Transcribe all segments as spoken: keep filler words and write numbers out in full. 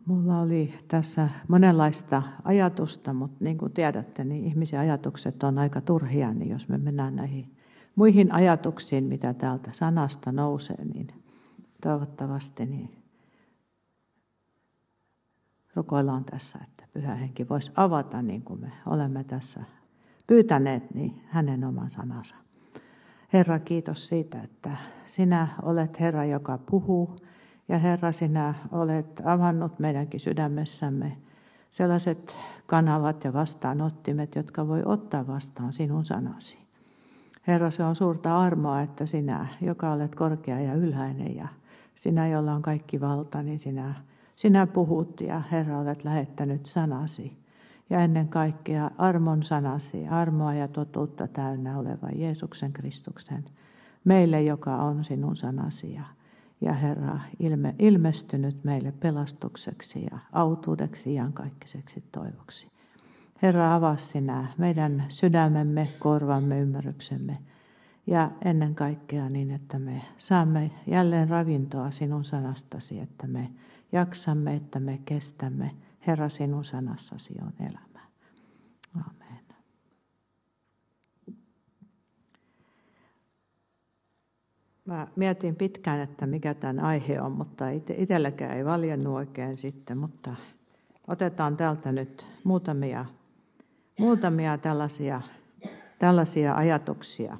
Mulla oli tässä monenlaista ajatusta, mutta niin kuin tiedätte, niin ihmisen ajatukset on aika turhia, niin jos me mennään näihin muihin ajatuksiin, mitä täältä sanasta nousee, niin toivottavasti niin rukoillaan tässä, että Pyhä Henki voisi avata, niin kuin me olemme tässä pyytäneet, niin hänen oman sanansa. Herra, kiitos siitä, että sinä olet Herra, joka puhuu. Ja Herra, sinä olet avannut meidänkin sydämessämme sellaiset kanavat ja vastaanottimet, jotka voi ottaa vastaan sinun sanasi. Herra, se on suurta armoa, että sinä, joka olet korkea ja ylhäinen ja sinä, jolla on kaikki valta, niin sinä, sinä puhut ja Herra, olet lähettänyt sanasi. Ja ennen kaikkea armon sanasi, armoa ja totuutta täynnä oleva Jeesuksen Kristuksen meille, joka on sinun sanasi. Ja Ja Herra, ilme, ilmestynyt meille pelastukseksi ja autuudeksi iankaikkaiseksi toivoksi. Herra, avaa sinä meidän sydämemme, korvamme, ymmärryksemme ja ennen kaikkea niin, että me saamme jälleen ravintoa sinun sanastasi, että me jaksamme, että me kestämme. Herra, sinun sanassasi on elämä. Amen. Mä mietin pitkään, että mikä tämän aihe on, mutta itselläkään ei valjennut oikein sitten, mutta otetaan täältä nyt muutamia, muutamia tällaisia, tällaisia ajatuksia.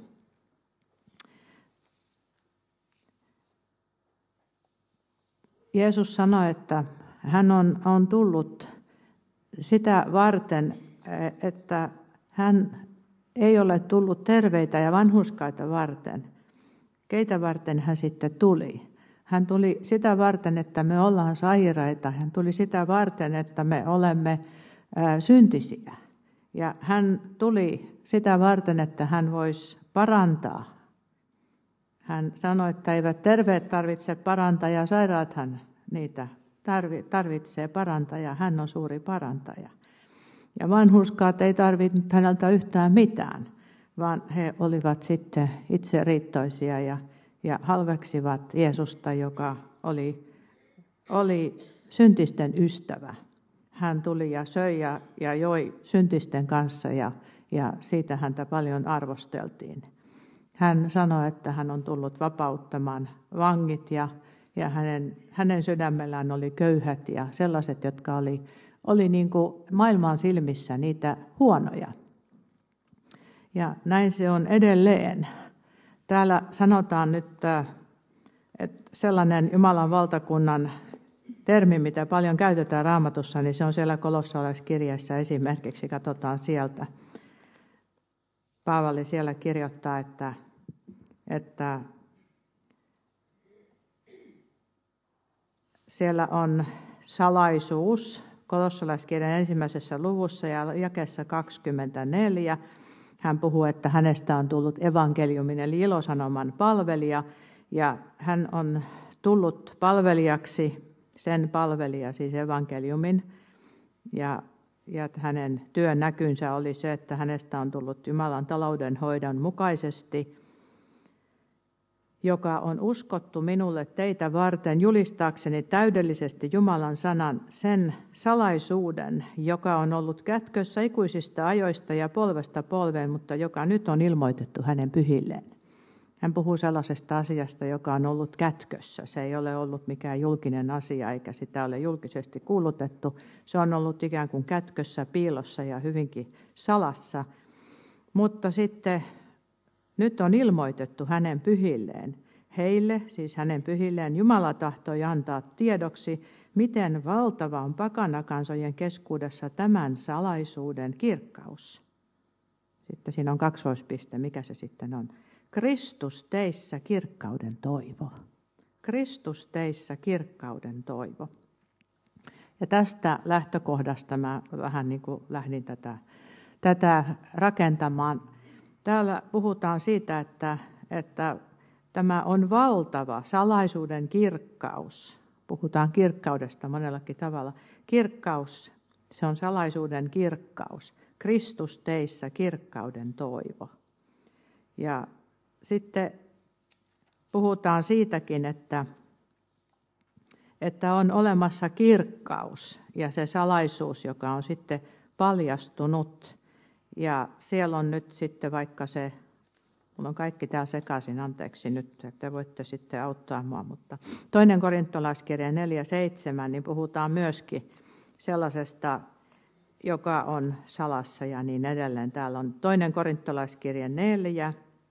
Jeesus sanoi, että hän on, on tullut sitä varten, että hän ei ole tullut terveitä ja vanhurskaita varten. Keitä varten hän sitten tuli? Hän tuli sitä varten, että me ollaan sairaita. Hän tuli sitä varten, että me olemme syntisiä. Ja hän tuli sitä varten, että hän voisi parantaa. Hän sanoi, että eivät terveet tarvitse parantajaa, sairaathan niitä tarvitsee parantajaa. Hän on suuri parantaja. Ja vanhurskaat ei tarvinnut häneltä yhtään mitään, vaan he olivat sitten itse riittoisia ja, ja halveksivat Jeesusta, joka oli, oli syntisten ystävä. Hän tuli ja söi ja, ja joi syntisten kanssa ja, ja siitä häntä paljon arvosteltiin. Hän sanoi, että hän on tullut vapauttamaan vangit ja, ja hänen, hänen sydämellään oli köyhät ja sellaiset, jotka oli, oli niin kuin maailman silmissä niitä huonoja. Ja näin se on edelleen. Täällä sanotaan nyt, että sellainen Jumalan valtakunnan termi, mitä paljon käytetään Raamatussa, niin se on siellä kolossalaiskirjassa esimerkiksi. Katsotaan sieltä. Paavali siellä kirjoittaa, että, että siellä on salaisuus kolossalaiskirjan ensimmäisessä luvussa ja jakeessa kaksikymmentäneljä. Hän puhuu, että hänestä on tullut evankeliumin eli ilosanoman palvelija ja hän on tullut palvelijaksi, sen palvelija siis evankeliumin ja, ja hänen työn näkynsä oli se, että hänestä on tullut Jumalan taloudenhoidon mukaisesti, joka on uskottu minulle teitä varten julistaakseni täydellisesti Jumalan sanan, sen salaisuuden, joka on ollut kätkössä ikuisista ajoista ja polvesta polveen, mutta joka nyt on ilmoitettu hänen pyhilleen. Hän puhuu sellaisesta asiasta, joka on ollut kätkössä. Se ei ole ollut mikään julkinen asia, eikä sitä ole julkisesti kuulutettu. Se on ollut ikään kuin kätkössä, piilossa ja hyvinkin salassa. Mutta sitten nyt on ilmoitettu hänen pyhilleen. Heille, siis hänen pyhilleen, Jumala tahtoi antaa tiedoksi, miten valtava on pakanakansojen keskuudessa tämän salaisuuden kirkkaus. Sitten siinä on kaksoispiste, mikä se sitten on. Kristus teissä kirkkauden toivo. Kristus teissä kirkkauden toivo. Ja tästä lähtökohdasta mä vähän niin kuin lähdin tätä, tätä rakentamaan. Täällä puhutaan siitä, että, että tämä on valtava salaisuuden kirkkaus. Puhutaan kirkkaudesta monellakin tavalla. Kirkkaus, se on salaisuuden kirkkaus. Kristus teissä kirkkauden toivo. Ja sitten puhutaan siitäkin, että, että on olemassa kirkkaus ja se salaisuus, joka on sitten paljastunut. Ja siellä on nyt sitten vaikka se, mulla on kaikki täällä sekaisin, anteeksi nyt, että voitte sitten auttaa mua, mutta toinen korintolaiskirja neljä seitsemän, niin puhutaan myöskin sellaisesta, joka on salassa ja niin edelleen. Täällä on toinen korintolaiskirja neljä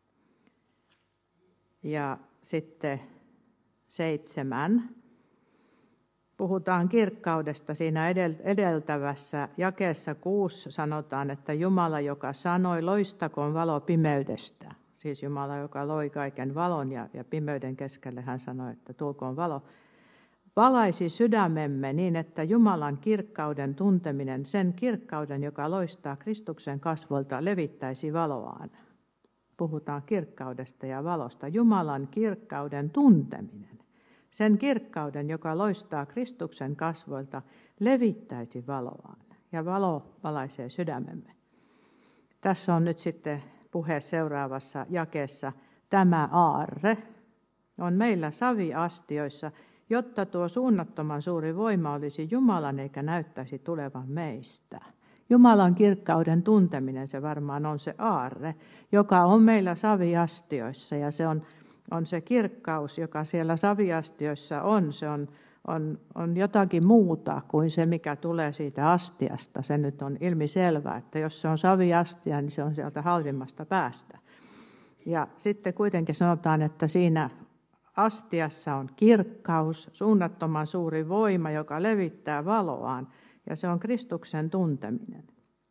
ja sitten seitsemän. Puhutaan kirkkaudesta siinä edeltävässä jakeessa kuusi sanotaan, että Jumala, joka sanoi, loistakoon valo pimeydestä. Siis Jumala, joka loi kaiken valon ja, ja pimeyden keskelle, hän sanoi, että tulkoon valo. Valaisi sydämemme niin, että Jumalan kirkkauden tunteminen, sen kirkkauden, joka loistaa Kristuksen kasvoilta, levittäisi valoaan. Puhutaan kirkkaudesta ja valosta. Jumalan kirkkauden tunteminen. Sen kirkkauden, joka loistaa Kristuksen kasvoilta, levittäisi valoaan. Ja valo valaisee sydämemme. Tässä on nyt sitten puhe seuraavassa jakeessa. Tämä aarre on meillä saviastioissa, jotta tuo suunnattoman suuri voima olisi Jumalan eikä näyttäisi tulevan meistä. Jumalan kirkkauden tunteminen, se varmaan on se aarre, joka on meillä saviastioissa ja se on on se kirkkaus, joka siellä saviastioissa on, se on, on, on jotakin muuta kuin se, mikä tulee siitä astiasta. Se nyt on ilmiselvää, että jos se on saviastia, niin se on sieltä halvimmasta päästä. Ja sitten kuitenkin sanotaan, että siinä astiassa on kirkkaus, suunnattoman suuri voima, joka levittää valoaan, ja se on Kristuksen tunteminen.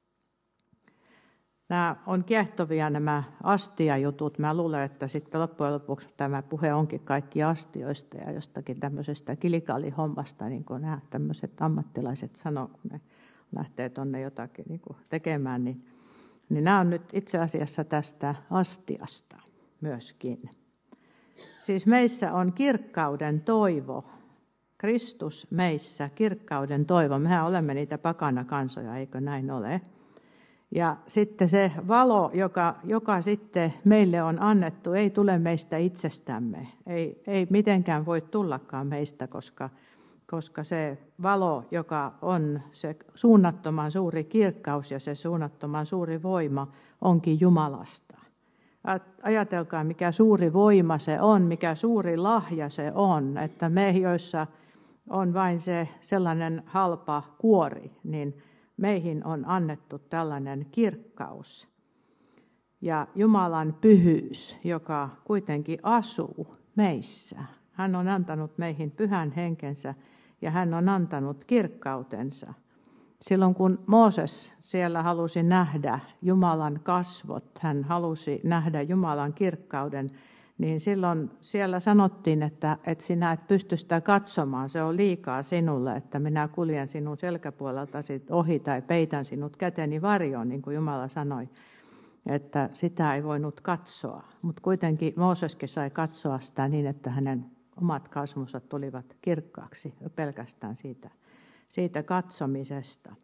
Nämä on kiehtovia nämä astiajutut. Mä luulen, että sitten loppujen lopuksi tämä puhe onkin kaikki astioista ja jostakin tämmöisestä kilikalihommasta, niin kuin nämä tämmöiset ammattilaiset sanoo, kun ne lähtee tuonne jotakin niin kuin tekemään. Niin, niin nämä on nyt itse asiassa tästä astiasta myöskin. Siis meissä on kirkkauden toivo. Kristus meissä, kirkkauden toivo. Mehän olemme niitä pakana kansoja, eikö näin ole? Ja sitten se valo, joka, joka sitten meille on annettu, ei tule meistä itsestämme. Ei, ei mitenkään voi tullakaan meistä, koska, koska se valo, joka on se suunnattoman suuri kirkkaus ja se suunnattoman suuri voima, onkin Jumalasta. Ajatelkaa, mikä suuri voima se on, mikä suuri lahja se on, että me, joissa on vain se sellainen halpa kuori, niin meihin on annettu tällainen kirkkaus ja Jumalan pyhyys, joka kuitenkin asuu meissä. Hän on antanut meihin pyhän henkensä ja hän on antanut kirkkautensa. Silloin kun Mooses siellä halusi nähdä Jumalan kasvot, hän halusi nähdä Jumalan kirkkauden, niin silloin siellä sanottiin, että, että sinä et pysty sitä katsomaan, se on liikaa sinulle, että minä kuljen sinun selkäpuoleltasi ohi tai peitän sinut käteni varjoon, niin kuin Jumala sanoi, että sitä ei voinut katsoa. Mutta kuitenkin Mooseskin sai katsoa sitä niin, että hänen omat kasvonsa tulivat kirkkaaksi pelkästään siitä, siitä katsomisesta.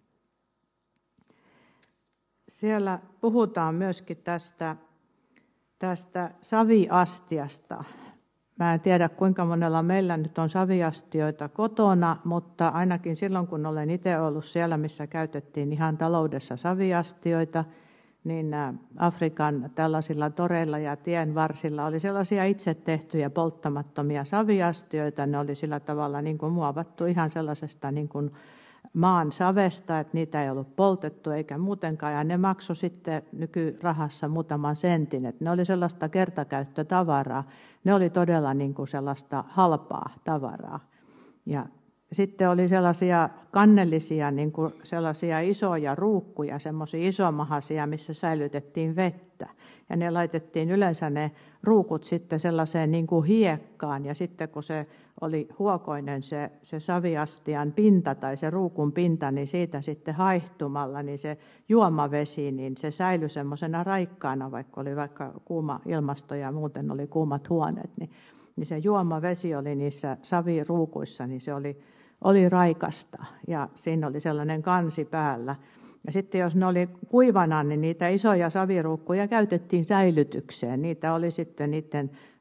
Siellä puhutaan myöskin tästä tästä saviastiasta. Mä en tiedä, kuinka monella meillä nyt on saviastioita kotona, mutta ainakin silloin, kun olen itse ollut siellä, missä käytettiin ihan taloudessa saviastioita, niin Afrikan tällaisilla toreilla ja tien varsilla oli sellaisia itse tehtyjä polttamattomia saviastioita. Ne oli sillä tavalla niin kuin muovattu ihan sellaisesta niin kuin maan savesta, että niitä ei ollut poltettu eikä muutenkaan, ja ne maksoi sitten nykyrahassa muutaman sentin, että ne oli sellaista kertakäyttötavaraa, ne oli todella niin kuin sellaista halpaa tavaraa. Ja sitten oli sellaisia kannellisia, niin kuin sellaisia isoja ruukkuja, semmoisia isomahaisia, missä säilytettiin vettä. Ja ne laitettiin yleensä ne ruukut sitten sellaiseen niin kuin hiekkaan. Ja sitten kun se oli huokoinen se, se saviastian pinta tai se ruukun pinta, niin siitä sitten haihtumalla niin se juomavesi, niin se säilyi semmoisena raikkaana, vaikka oli vaikka kuuma ilmasto ja muuten oli kuumat huoneet. Niin, niin se juomavesi oli niissä saviruukuissa, niin se oli oli raikasta ja siinä oli sellainen kansi päällä. Ja sitten jos ne oli kuivana, niin niitä isoja saviruukkuja käytettiin säilytykseen. Niitä oli sitten niiden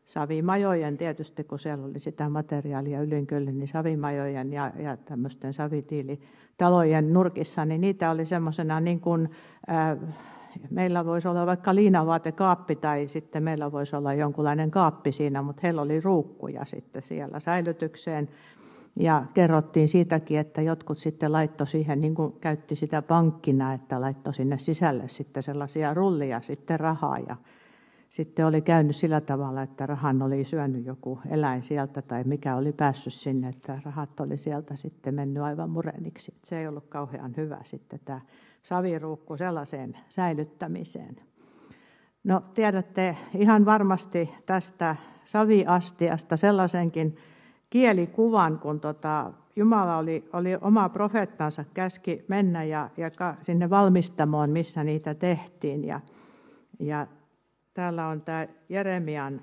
savimajojen tietysti, kun siellä oli sitä materiaalia ylinkyllin, niin savimajojen ja, ja tämmöisten savitiilitalojen nurkissa, niin niitä oli semmoisena niin kuin, äh, meillä voisi olla vaikka liinavaatekaappi tai sitten meillä voisi olla jonkunlainen kaappi siinä, mutta heillä oli ruukkuja sitten siellä säilytykseen. Ja kerrottiin siitäkin, että jotkut sitten laittoi siihen, niin kuin käytti sitä pankkina, että laittoi sinne sisälle sitten sellaisia rullia sitten rahaa. Ja sitten oli käynyt sillä tavalla, että rahan oli syönyt joku eläin sieltä tai mikä oli päässyt sinne, että rahat oli sieltä sitten mennyt aivan mureniksi. Että se ei ollut kauhean hyvä sitten tämä saviruukku sellaiseen säilyttämiseen. No tiedätte ihan varmasti tästä saviastiasta sellaisenkin kielikuvan, kun tota, Jumala oli, oli oma profeettansa käski mennä ja, ja sinne valmistamoon, missä niitä tehtiin. Ja, ja täällä on tämä Jeremian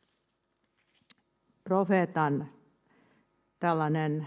profeetan tällainen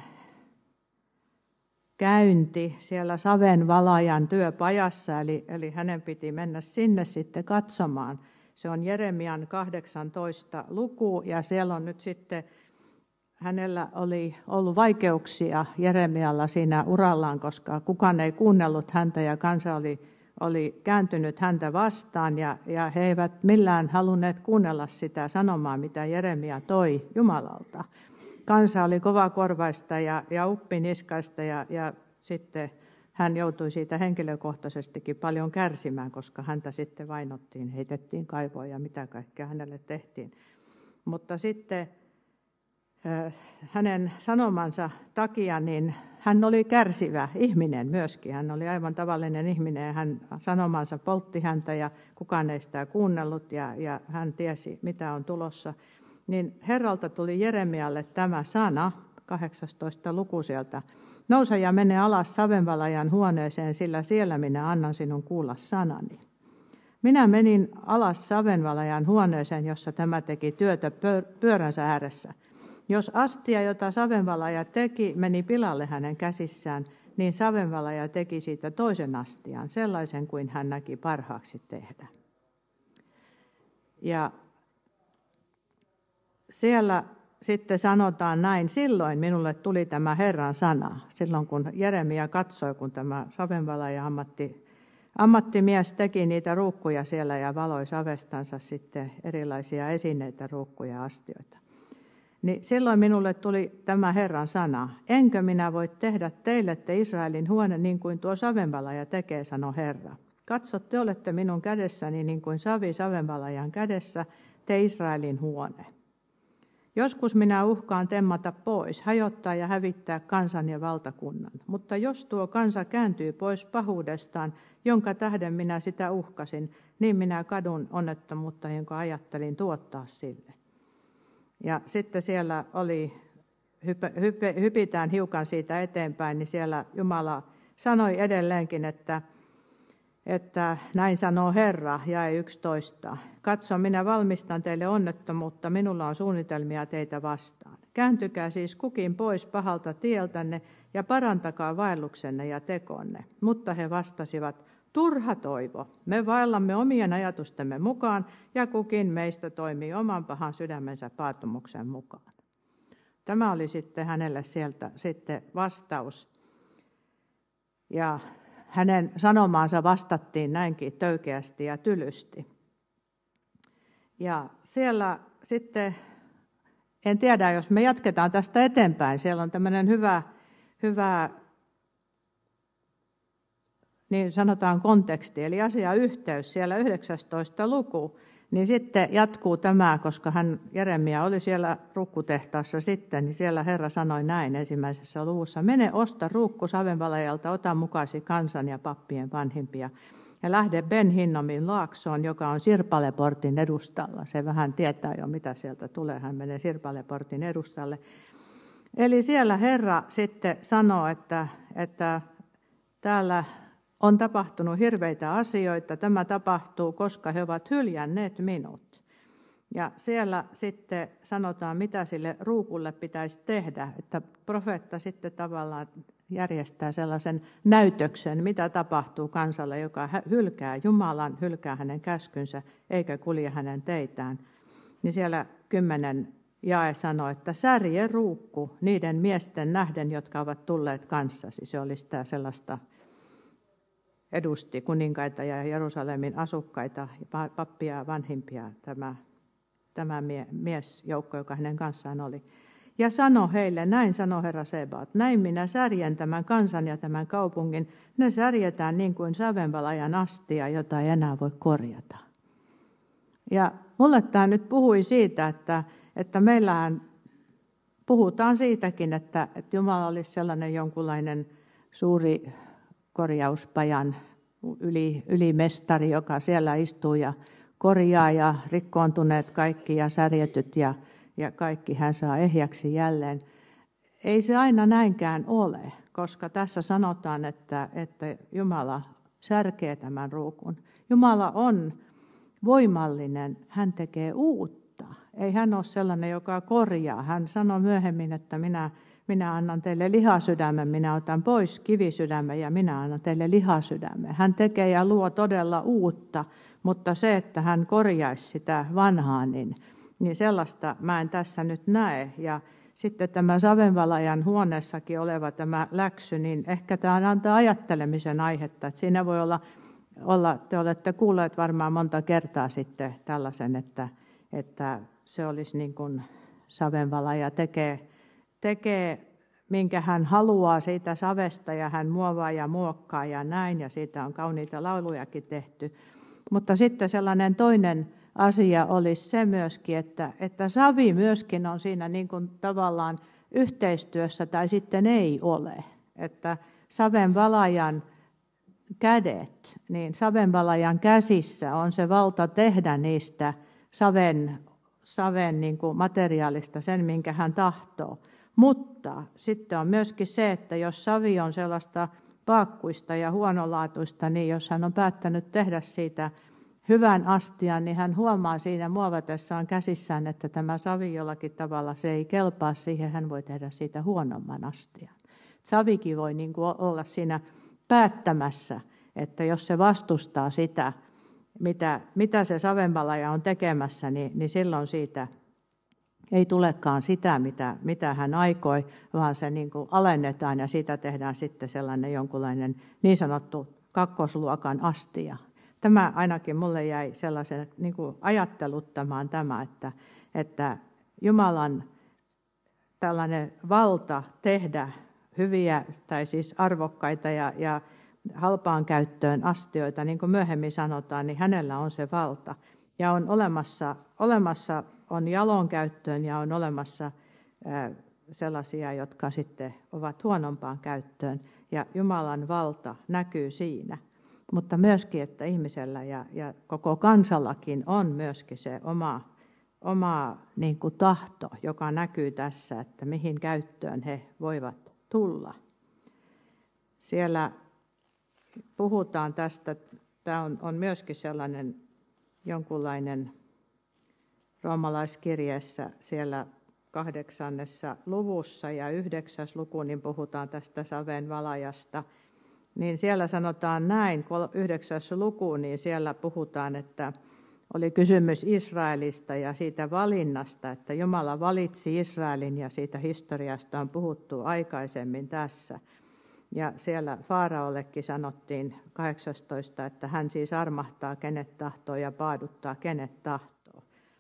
käynti siellä savenvalajan työpajassa, eli, eli hänen piti mennä sinne sitten katsomaan. Se on Jeremian kahdeksantoista luku ja siellä on nyt sitten hänellä oli ollut vaikeuksia Jeremialla siinä urallaan, koska kukaan ei kuunnellut häntä ja kansa oli, oli kääntynyt häntä vastaan ja, ja he eivät millään halunneet kuunnella sitä sanomaa, mitä Jeremia toi Jumalalta. Kansa oli kovakorvaista ja, ja uppiniskaista ja, ja sitten hän joutui siitä henkilökohtaisestikin paljon kärsimään, koska häntä sitten vainottiin, heitettiin kaivoon ja mitä kaikkea hänelle tehtiin. Mutta sitten hänen sanomansa takia, niin hän oli kärsivä ihminen myöskin. Hän oli aivan tavallinen ihminen ja hän sanomansa poltti häntä ja kukaan ei sitä kuunnellut ja, ja hän tiesi, mitä on tulossa. Niin Herralta tuli Jeremialle tämä sana, kahdeksastoista luku sieltä. Nouse ja mene alas savenvalajan huoneeseen, sillä siellä minä annan sinun kuulla sanani. Minä menin alas savenvalajan huoneeseen, jossa tämä teki työtä pyöränsä ääressä. Jos astia, jota savenvalaja teki, meni pilalle hänen käsissään, niin savenvalaja teki siitä toisen astian, sellaisen kuin hän näki parhaaksi tehdä. Ja siellä sitten sanotaan näin, silloin minulle tuli tämä Herran sana, silloin kun Jeremia katsoi, kun tämä savenvalaja ammatti, ammattimies teki niitä ruukkuja siellä ja valoi savestansa sitten erilaisia esineitä, ruukkuja ja astioita. Niin silloin minulle tuli tämä Herran sana, enkö minä voi tehdä teille te Israelin huone niin kuin tuo savenvalaja tekee, sanoi Herra. Katso, te olette minun kädessäni niin kuin savi savenvalajan kädessä, te Israelin huone. Joskus minä uhkaan temmata pois, hajottaa ja hävittää kansan ja valtakunnan. Mutta jos tuo kansa kääntyy pois pahuudestaan, jonka tähden minä sitä uhkasin, niin minä kadun onnettomuutta, jonka ajattelin tuottaa sille. Ja sitten siellä oli, hypä, hypä, hypitään hiukan siitä eteenpäin, niin siellä Jumala sanoi edelleenkin, että, että näin sanoo Herra, jae yksitoista. Katso, minä valmistan teille onnettomuutta, minulla on suunnitelmia teitä vastaan. Kääntykää siis kukin pois pahalta tieltänne ja parantakaa vaelluksenne ja tekonne. Mutta he vastasivat, turha toivo, me vaellamme omien ajatustemme mukaan ja kukin meistä toimii oman pahan sydämensä paatumuksen mukaan. Tämä oli sitten hänelle sieltä sitten vastaus. Ja hänen sanomaansa vastattiin näinkin töykeästi ja tylysti. Ja siellä sitten, en tiedä, jos me jatketaan tästä eteenpäin, siellä on tämmöinen hyvä, hyvä niin sanotaan konteksti, eli asiayhteys, siellä yhdeksästoista luku, niin sitten jatkuu tämä, koska hän, Jeremia oli siellä ruukkutehtaassa sitten, niin siellä Herra sanoi näin ensimmäisessä luvussa, mene osta ruukku savenvalajalta, ota mukaasi kansan ja pappien vanhimpia, ja lähde Ben Hinnomin laaksoon, joka on Sirpaleportin edustalla. Se vähän tietää jo, mitä sieltä tulee, hän menee Sirpaleportin edustalle. Eli siellä Herra sitten sanoo, että, että täällä on tapahtunut hirveitä asioita. Tämä tapahtuu, koska he ovat hyljänneet minut. Ja siellä sitten sanotaan, mitä sille ruukulle pitäisi tehdä. Että profeetta sitten tavallaan järjestää sellaisen näytöksen, mitä tapahtuu kansalle, joka hylkää Jumalan, hylkää hänen käskynsä, eikä kulje hänen teitään. Niin siellä kymmenen jae sanoo, että särje ruukku niiden miesten nähden, jotka ovat tulleet kanssasi. Se oli sitä sellaista, edusti kuninkaita ja Jerusalemin asukkaita, pappia ja vanhimpia, tämä, tämä miesjoukko, joka hänen kanssaan oli. Ja sano heille, näin sanoi Herra Sebaot, näin minä särjen tämän kansan ja tämän kaupungin. Ne särjetään niin kuin savenvalajan astia, jota ei enää voi korjata. Ja mulle tämä nyt puhui siitä, että, että meillähän puhutaan siitäkin, että, että Jumala olisi sellainen jonkunlainen suuri korjauspajan yli, ylimestari, joka siellä istuu ja korjaa ja rikkoontuneet kaikki ja särjetyt ja, ja kaikki hän saa ehjäksi jälleen. Ei se aina näinkään ole, koska tässä sanotaan, että, että Jumala särkee tämän ruukun. Jumala on voimallinen, hän tekee uutta. Ei hän ole sellainen, joka korjaa. Hän sanoi myöhemmin, että minä, minä annan teille lihasydämen, minä otan pois kivisydämen ja minä annan teille lihasydämen. Hän tekee ja luo todella uutta, mutta se, että hän korjaisi sitä vanhaa, niin, niin sellaista mä en tässä nyt näe. Ja sitten tämä savenvalajan huoneessakin oleva tämä läksy, niin ehkä tämä antaa ajattelemisen aihetta, että siinä voi olla Olla, te olette kuulleet varmaan monta kertaa sitten tällaisen, että, että se olisi niin kuin savenvalaja tekee, tekee, minkä hän haluaa siitä savesta ja hän muovaa ja muokkaa ja näin ja siitä on kauniita laulujakin tehty. Mutta sitten sellainen toinen asia olisi se myöskin, että, että savi myöskin on siinä niin kuin tavallaan yhteistyössä tai sitten ei ole. Että savenvalajan kädet, niin savenvalajan käsissä on se valta tehdä niistä saven, saven niin kuin materiaalista sen, minkä hän tahtoo. Mutta sitten on myöskin se, että jos savi on sellaista paakkuista ja huonolaatuista, niin jos hän on päättänyt tehdä siitä hyvän astian, niin hän huomaa siinä muovatessaan käsissään, että tämä savi jollakin tavalla se ei kelpaa siihen, hän voi tehdä siitä huonomman astian. Savikin voi niin kuin olla siinä päättämässä, että jos se vastustaa sitä, mitä, mitä se savenvalaja on tekemässä, niin, niin silloin siitä ei tulekaan sitä, mitä, mitä hän aikoi, vaan se niin kuin alennetaan ja siitä tehdään sitten sellainen jonkunlainen niin sanottu kakkosluokan astia. Tämä ainakin mulle jäi sellaisen niin kuin ajatteluttamaan tämä, että, että Jumalan tällainen valta tehdä hyviä tai siis arvokkaita ja, ja halpaan käyttöön astioita, niin kuin myöhemmin sanotaan, niin hänellä on se valta. Ja on olemassa, olemassa on jalon käyttöön ja on olemassa ää, sellaisia, jotka sitten ovat huonompaan käyttöön. Ja Jumalan valta näkyy siinä. Mutta myöskin, että ihmisellä ja, ja koko kansallakin on myöskin se oma, oma niin kuin tahto, joka näkyy tässä, että mihin käyttöön he voivat tulla. Siellä puhutaan tästä, tämä on, on myöskin sellainen jonkunlainen roomalaiskirjeessä siellä kahdeksannessa luvussa ja yhdeksäs luku, niin puhutaan tästä savenvalajasta. Niin siellä sanotaan näin, yhdeksäs luku, niin siellä puhutaan, että oli kysymys Israelista ja siitä valinnasta, että Jumala valitsi Israelin ja siitä historiasta on puhuttu aikaisemmin tässä. Ja siellä Faaraollekin sanottiin kahdeksastoista, että hän siis armahtaa kenet tahtoo ja paaduttaa kenet tahtoo.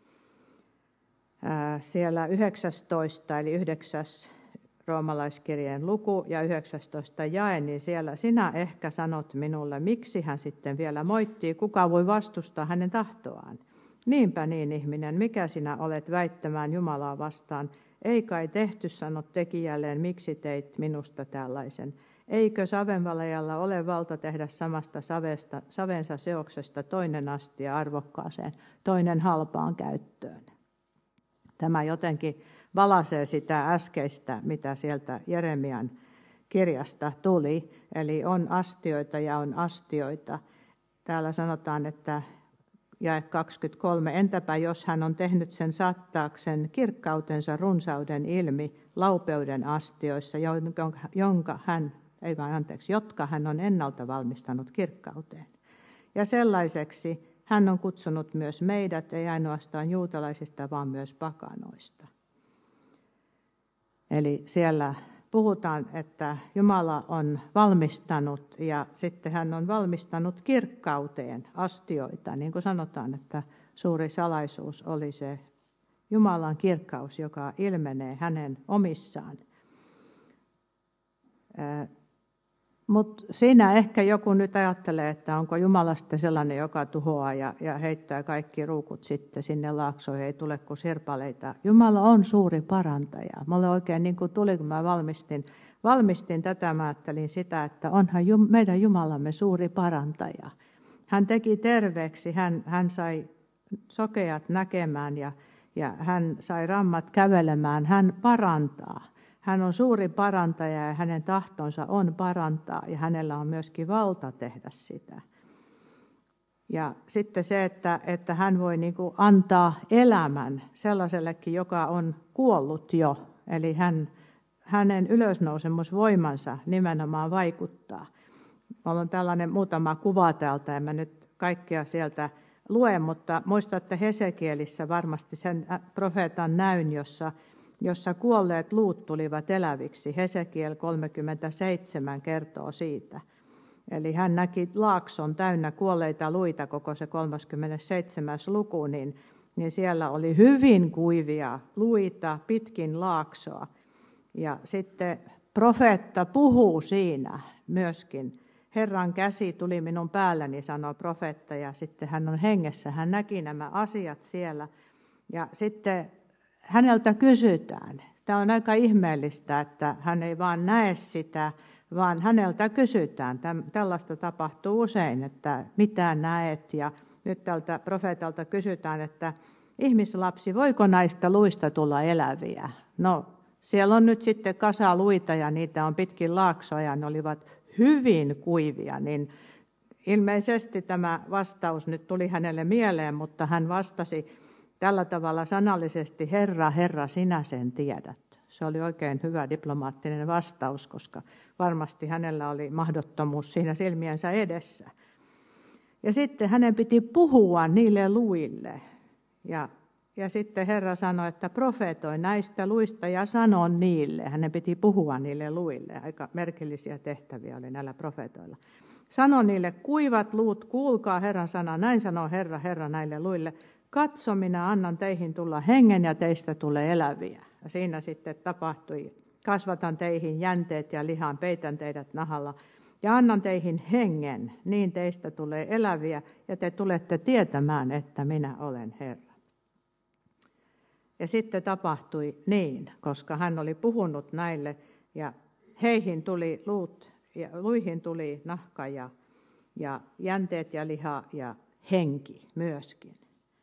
Siellä yhdeksästoista eli yhdeksäs roomalaiskirjeen luku ja yhdeksästoista jae, niin siellä sinä ehkä sanot minulle, miksi hän sitten vielä moittii, kuka voi vastustaa hänen tahtoaan. Niinpä niin ihminen, mikä sinä olet väittämään Jumalaa vastaan, ei kai tehty, sanot tekijälleen, miksi teit minusta tällaisen. Eikö savenvalajalla ole valta tehdä samasta savesta, savensa seoksesta toinen astia arvokkaaseen, toinen halpaan käyttöön? Tämä jotenkin valaisee sitä äskeistä, mitä sieltä Jeremian kirjasta tuli. Eli on astioita ja on astioita. Täällä sanotaan, että jae kaksikymmentäkolme, entäpä jos hän on tehnyt sen saattaakseen kirkkautensa runsauden ilmi laupeuden astioissa, jonka hän, ei vaan anteeksi, jotka hän on ennalta valmistanut kirkkauteen. Ja sellaiseksi hän on kutsunut myös meidät, ei ainoastaan juutalaisista, vaan myös pakanoista. Eli siellä puhutaan, että Jumala on valmistanut ja sitten hän on valmistanut kirkkauteen astioita. Niin kuin sanotaan, että suuri salaisuus oli se Jumalan kirkkaus, joka ilmenee hänen omissaan. Mutta siinä ehkä joku nyt ajattelee, että onko Jumala sitten sellainen, joka tuhoaa ja, ja heittää kaikki ruukut sitten sinne laaksoihin, ei tule kuin sirpaleita. Jumala on suuri parantaja. Mulle oikein niin kuin tuli, kun mä valmistin, valmistin tätä, mä ajattelin sitä, että onhan Jum, meidän Jumalamme suuri parantaja. Hän teki terveeksi, hän, hän sai sokeat näkemään ja, ja hän sai rammat kävelemään, hän parantaa. Hän on suuri parantaja ja hänen tahtonsa on parantaa ja hänellä on myöskin valta tehdä sitä. Ja sitten se, että, että hän voi niin kuin antaa elämän sellaisellekin, joka on kuollut jo. Eli hän, hänen ylösnousemusvoimansa nimenomaan vaikuttaa. Minulla on tällainen muutama kuva täältä, en mä nyt kaikkea sieltä lue, mutta muistatte Hesekielissä varmasti sen profeetan näyn, jossa jossa kuolleet luut tulivat eläviksi. Hesekiel kolmekymmentäseitsemän kertoo siitä. Eli hän näki laakson täynnä kuolleita luita, koko se kolmaskymmenesseitsemäs luku, niin, niin siellä oli hyvin kuivia luita pitkin laaksoa. Ja sitten profeetta puhuu siinä myöskin. Herran käsi tuli minun päälläni, sanoo profeetta, ja sitten hän on hengessä. Hän näki nämä asiat siellä. Ja sitten häneltä kysytään. Tämä on aika ihmeellistä, että hän ei vaan näe sitä, vaan häneltä kysytään. Tällaista tapahtuu usein, että mitä näet. Ja nyt tältä profeetalta kysytään, että ihmislapsi, voiko näistä luista tulla eläviä? No, siellä on nyt sitten kasa luita ja niitä on pitkin laaksoja, ne olivat hyvin kuivia. Niin ilmeisesti tämä vastaus nyt tuli hänelle mieleen, mutta hän vastasi tällä tavalla sanallisesti, Herra, Herra, sinä sen tiedät. Se oli oikein hyvä diplomaattinen vastaus, koska varmasti hänellä oli mahdottomuus siinä silmiensä edessä. Ja sitten hänen piti puhua niille luille. Ja, ja sitten Herra sanoi, että profeetoi näistä luista ja sano niille. Hänen piti puhua niille luille. Aika merkillisiä tehtäviä oli näillä profeetoilla. Sano niille, kuivat luut, kuulkaa Herran sana. Näin sanoo Herra, Herra näille luille. Katso, minä annan teihin tulla hengen ja teistä tulee eläviä. Ja siinä sitten tapahtui, kasvatan teihin jänteet ja lihan, peitän teidät nahalla. Ja annan teihin hengen, niin teistä tulee eläviä ja te tulette tietämään, että minä olen Herra. Ja sitten tapahtui niin, koska hän oli puhunut näille ja heihin tuli luut, ja luihin tuli nahka ja, ja jänteet ja liha ja henki myöskin.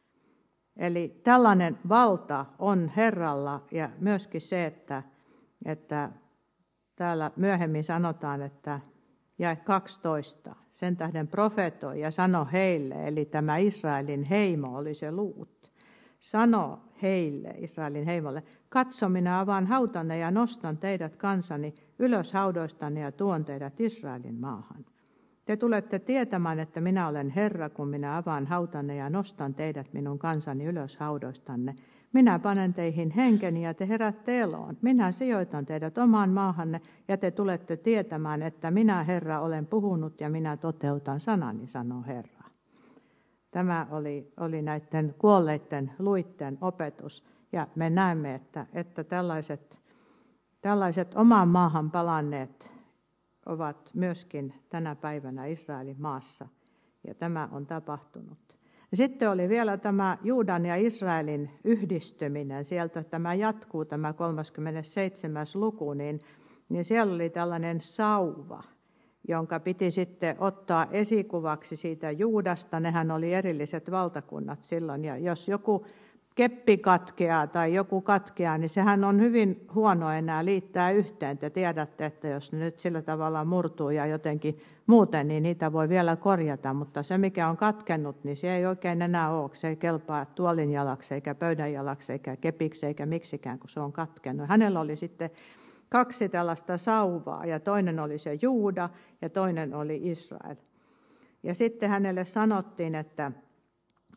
Eli tällainen valta on Herralla ja myöskin se, että, että täällä myöhemmin sanotaan, että jae kaksitoista, sen tähden profetoi ja sano heille, eli tämä Israelin heimo oli se luut. Sano heille, Israelin heimolle, katso minä avaan hautanne ja nostan teidät kansani ylös haudoistanne ja tuon teidät Israelin maahan. Te tulette tietämään, että minä olen Herra, kun minä avaan hautanne ja nostan teidät minun kansani ylös haudoistanne. Minä panen teihin henkeni ja te herätte eloon. Minä sijoitan teidät omaan maahanne ja te tulette tietämään, että minä Herra olen puhunut ja minä toteutan sanani, sanoo Herra. Tämä oli, oli näiden kuolleiden luitten opetus ja me näemme, että, että tällaiset, tällaiset omaan maahan palanneet ovat myöskin tänä päivänä Israelin maassa, ja tämä on tapahtunut. Ja sitten oli vielä tämä Juudan ja Israelin yhdistyminen, sieltä tämä jatkuu, tämä kolmaskymmenesseitsemäs luku, niin, niin siellä oli tällainen sauva, jonka piti sitten ottaa esikuvaksi siitä Juudasta, nehän oli erilliset valtakunnat silloin, ja jos joku keppi katkeaa tai joku katkeaa, niin sehän on hyvin huono enää liittää yhteen. Te tiedätte, että jos ne nyt sillä tavalla murtuu ja jotenkin muuten, niin niitä voi vielä korjata. Mutta se, mikä on katkennut, niin se ei oikein enää ole. Se ei kelpaa tuolin jalaksi, eikä pöydän jalaksi, eikä kepiksi, eikä miksikään, kun se on katkennut. Hänellä oli sitten kaksi tällaista sauvaa, ja toinen oli se Juuda, ja toinen oli Israel. Ja sitten hänelle sanottiin, että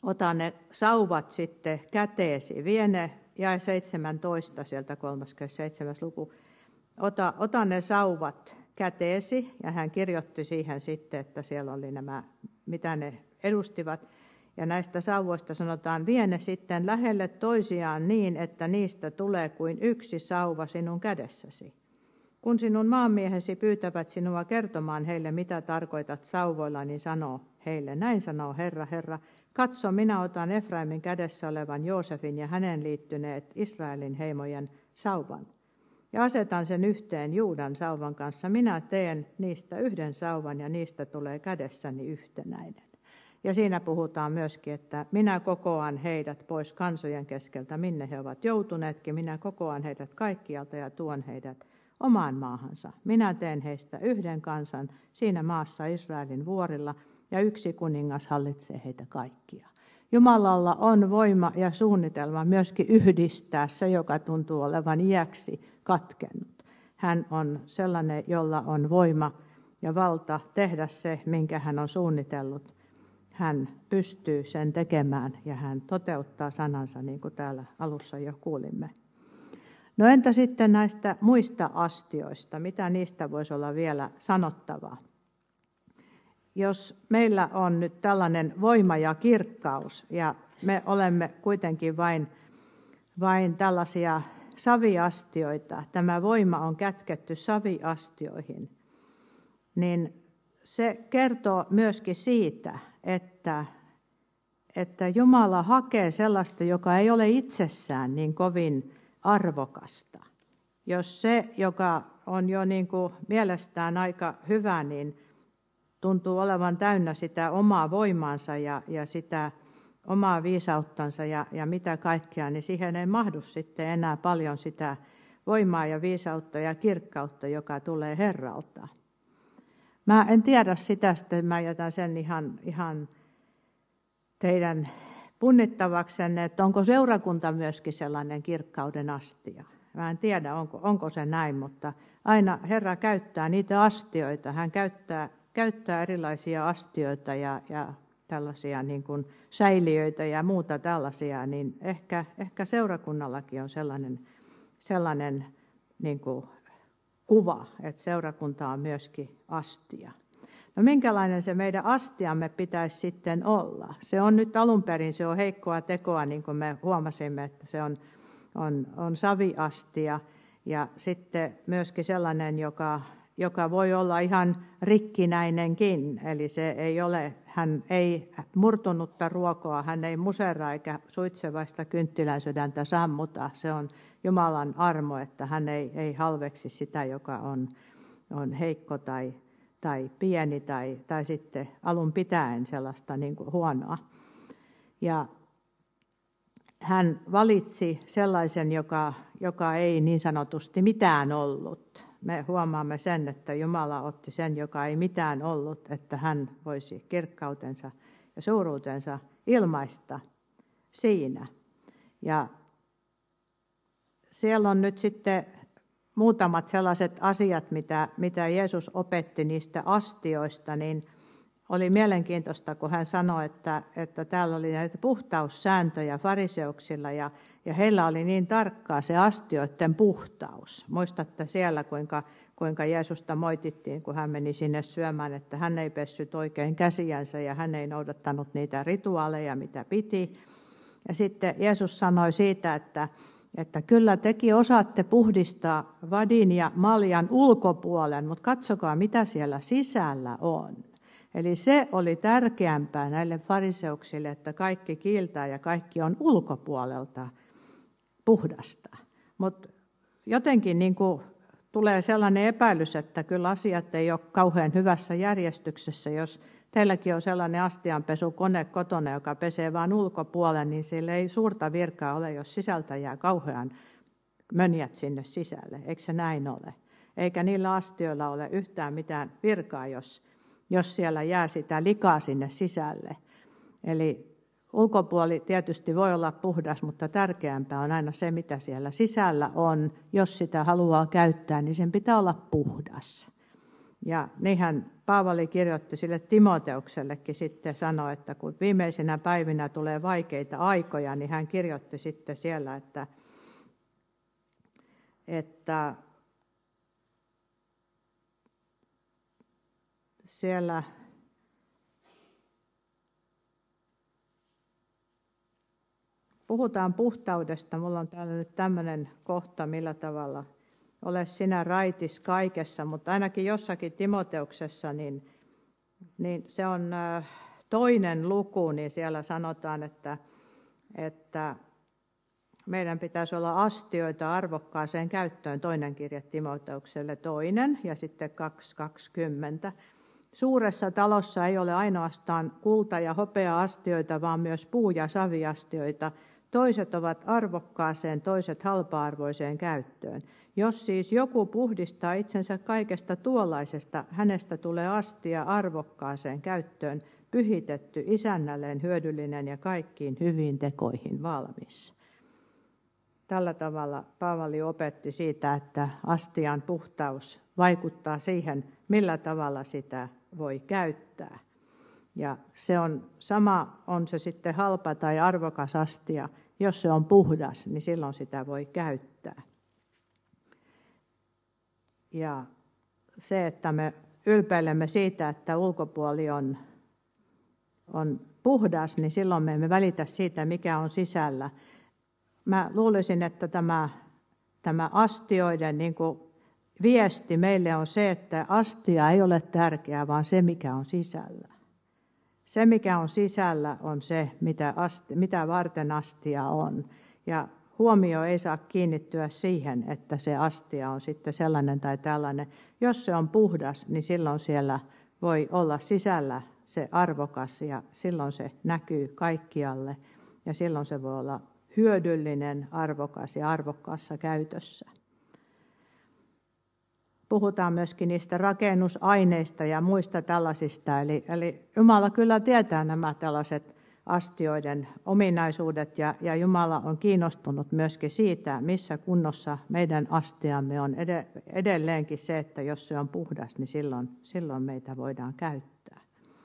ota ne sauvat sitten käteesi, vie ne, jae seitsemäntoista sieltä kolmaskymmenesseitsemäs luku, ota, ota ne sauvat käteesi, ja hän kirjoitti siihen sitten, että siellä oli nämä, mitä ne edustivat. Ja näistä sauvoista sanotaan, vie ne sitten lähelle toisiaan niin, että niistä tulee kuin yksi sauva sinun kädessäsi. Kun sinun maanmiehesi pyytävät sinua kertomaan heille, mitä tarkoitat sauvoilla, niin sano heille, näin sanoo Herra, Herra, katso, minä otan Efraimin kädessä olevan Joosefin ja hänen liittyneet Israelin heimojen sauvan. Ja asetan sen yhteen Juudan sauvan kanssa. Minä teen niistä yhden sauvan ja niistä tulee kädessäni yhtenäinen. Ja siinä puhutaan myöskin, että minä kokoan heidät pois kansojen keskeltä, minne he ovat joutuneetkin. Minä kokoan heidät kaikkialta ja tuon heidät omaan maahansa. Minä teen heistä yhden kansan siinä maassa Israelin vuorilla ja yksi kuningas hallitsee heitä kaikkia. Jumalalla on voima ja suunnitelma myöskin yhdistää se, joka tuntuu olevan iäksi katkennut. Hän on sellainen, jolla on voima ja valta tehdä se, minkä hän on suunnitellut. Hän pystyy sen tekemään ja hän toteuttaa sanansa, niin kuin täällä alussa jo kuulimme. No entä sitten näistä muista astioista? Mitä niistä voisi olla vielä sanottavaa? Jos meillä on nyt tällainen voima ja kirkkaus, ja me olemme kuitenkin vain, vain tällaisia saviastioita, tämä voima on kätketty saviastioihin, niin se kertoo myöskin siitä, että, että Jumala hakee sellaista, joka ei ole itsessään niin kovin arvokasta. Jos se, joka on jo niin kuin mielestään aika hyvä, niin tuntuu olevan täynnä sitä omaa voimaansa ja, ja sitä omaa viisauttansa ja, ja mitä kaikkea, niin siihen ei mahdu sitten enää paljon sitä voimaa ja viisautta ja kirkkautta, joka tulee Herralta. Mä en tiedä sitä, sitten mä jätän sen ihan, ihan teidän punnittavaksenne, että onko seurakunta myöskin sellainen kirkkauden astia. Mä en tiedä, onko, onko se näin, mutta aina Herra käyttää niitä astioita. Hän käyttää, käyttää erilaisia astioita ja, ja tällaisia niin kuin säiliöitä ja muuta tällaisia, niin ehkä, ehkä seurakunnallakin on sellainen, sellainen niin kuin kuva, että seurakunta on myöskin astia. No minkälainen se meidän astiamme pitäisi sitten olla? Se on nyt alun perin, se on heikkoa tekoa, niin kuin me huomasimme, että se on, on, on saviastia ja sitten myöskin sellainen, joka, joka voi olla ihan rikkinäinenkin. Eli se ei ole, hän ei murtunutta ruokoa, hän ei musera eikä suitsevaista kynttilän sydäntä sammuta. Se on Jumalan armo, että hän ei, ei halveksi sitä, joka on, on heikko tai tai pieni tai, tai sitten alun pitäen sellaista niin kuin huonoa. Ja hän valitsi sellaisen, joka, joka ei niin sanotusti mitään ollut. Me huomaamme sen, että Jumala otti sen, joka ei mitään ollut, että hän voisi kirkkautensa ja suuruutensa ilmaista siinä. Ja siellä on nyt sitten muutamat sellaiset asiat, mitä, mitä Jeesus opetti niistä astioista, niin oli mielenkiintoista, kun hän sanoi, että, että täällä oli näitä puhtaussääntöjä fariseuksilla ja, ja heillä oli niin tarkkaa se astioiden puhtaus. Muistatte siellä, kuinka, kuinka Jeesusta moitittiin, kun hän meni sinne syömään, että hän ei pessyt oikein käsiänsä ja hän ei noudattanut niitä rituaaleja, mitä piti. Ja sitten Jeesus sanoi siitä, että että kyllä tekin osaatte puhdistaa vadin ja maljan ulkopuolen, mutta katsokaa mitä siellä sisällä on. Eli se oli tärkeämpää näille fariseuksille, että kaikki kiiltää ja kaikki on ulkopuolelta puhdasta. Mutta jotenkin niin kuin tulee sellainen epäilys, että kyllä asiat ei ole kauhean hyvässä järjestyksessä, jos teilläkin on sellainen astianpesukone kotona, joka pesee vain ulkopuolen, niin sillä ei suurta virkaa ole, jos sisältä jää kauhean mönjät sinne sisälle. Eikö se näin ole? Eikä niillä astioilla ole yhtään mitään virkaa, jos, jos siellä jää sitä likaa sinne sisälle. Eli ulkopuoli tietysti voi olla puhdas, mutta tärkeämpää on aina se, mitä siellä sisällä on. Jos sitä haluaa käyttää, niin sen pitää olla puhdas. Ja niinhän Paavali kirjoitti sille Timoteuksellekin sitten sanoi, että kun viimeisinä päivinä tulee vaikeita aikoja, niin hän kirjoitti sitten siellä, että, että siellä puhutaan puhtaudesta. Mulla on täällä nyt tämmöinen kohta, millä tavalla ole sinä raitis kaikessa, mutta ainakin jossakin Timoteuksessa, niin, niin se on toinen luku, niin siellä sanotaan, että, että meidän pitäisi olla astioita arvokkaaseen käyttöön, toinen kirje Timoteukselle toinen ja sitten kaksi kaksikymmentä. Suuressa talossa ei ole ainoastaan kulta- ja hopea-astioita, vaan myös puu- ja saviastioita. Toiset ovat arvokkaaseen, toiset halpa-arvoiseen käyttöön. Jos siis joku puhdistaa itsensä kaikesta tuollaisesta, hänestä tulee astia arvokkaaseen käyttöön, pyhitetty, isännälleen hyödyllinen ja kaikkiin hyviin tekoihin valmis. Tällä tavalla Paavali opetti siitä, että astian puhtaus vaikuttaa siihen, millä tavalla sitä voi käyttää. Ja se on sama, on se sitten halpa tai arvokas astia, jos se on puhdas, niin silloin sitä voi käyttää. Ja se, että me ylpeilemme siitä, että ulkopuoli on, on puhdas, niin silloin me emme välitä siitä, mikä on sisällä. Mä luulisin, että tämä, tämä astioiden niin kuin viesti meille on se, että astia ei ole tärkeää, vaan se, mikä on sisällä. Se, mikä on sisällä, on se, mitä, asti, mitä varten astia on. Ja huomio ei saa kiinnittyä siihen, että se astia on sitten sellainen tai tällainen. Jos se on puhdas, niin silloin siellä voi olla sisällä se arvokas ja silloin se näkyy kaikkialle. Ja silloin se voi olla hyödyllinen, arvokas ja arvokkaassa käytössä. Puhutaan myöskin niistä rakennusaineista ja muista tällaisista. Eli, eli Jumala kyllä tietää nämä tällaiset astioiden ominaisuudet ja, ja Jumala on kiinnostunut myöskin siitä, missä kunnossa meidän astiamme on. Edelleenkin se, että jos se on puhdas, niin silloin, silloin meitä voidaan käyttää.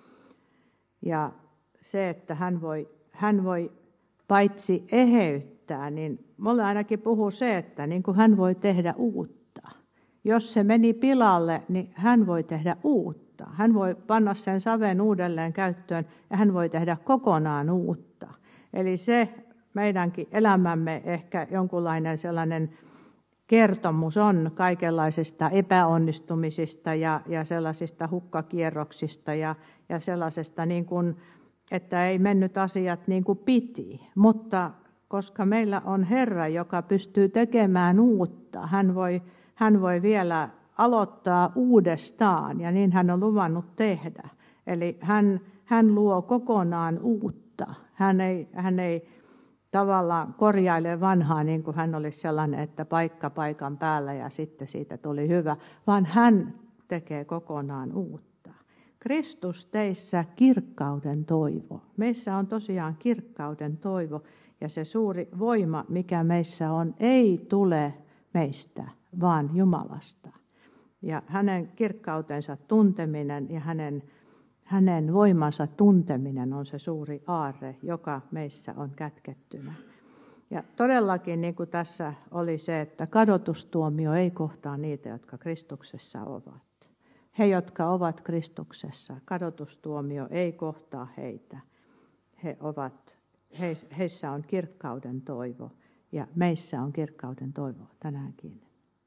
Ja se, että hän voi, hän voi paitsi eheyttää, niin mulle ainakin puhuu se, että niin kuin hän voi tehdä uutta. Jos se meni pilalle, niin hän voi tehdä uutta. Hän voi panna sen saven uudelleen käyttöön ja hän voi tehdä kokonaan uutta. Eli se meidänkin elämämme ehkä jonkunlainen sellainen kertomus on kaikenlaisista epäonnistumisista ja, ja sellaisista hukkakierroksista ja, ja sellaisesta, niin kuin, että ei mennyt asiat niin kuin piti. Mutta koska meillä on Herra, joka pystyy tekemään uutta, hän voi Hän voi vielä aloittaa uudestaan, ja niin hän on luvannut tehdä. Eli hän, hän luo kokonaan uutta. Hän ei, hän ei tavallaan korjaile vanhaa, niin kuin hän olisi sellainen, että paikka paikan päällä ja sitten siitä tuli hyvä, vaan hän tekee kokonaan uutta. Kristus teissä kirkkauden toivo. Meissä on tosiaan kirkkauden toivo, ja se suuri voima, mikä meissä on, ei tule meistä, vaan Jumalasta. Ja hänen kirkkautensa tunteminen ja hänen, hänen voimansa tunteminen on se suuri aarre, joka meissä on kätkettynä. Ja todellakin niin kuin tässä oli se, että kadotustuomio ei kohtaa niitä, jotka Kristuksessa ovat. He, jotka ovat Kristuksessa, kadotustuomio ei kohtaa heitä. He ovat, he, heissä on kirkkauden toivo ja meissä on kirkkauden toivo tänäänkin.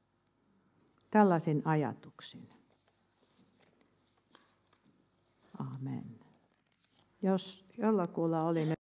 Tällaisin ajatuksin. Amen. Jos jollakulla oli nyt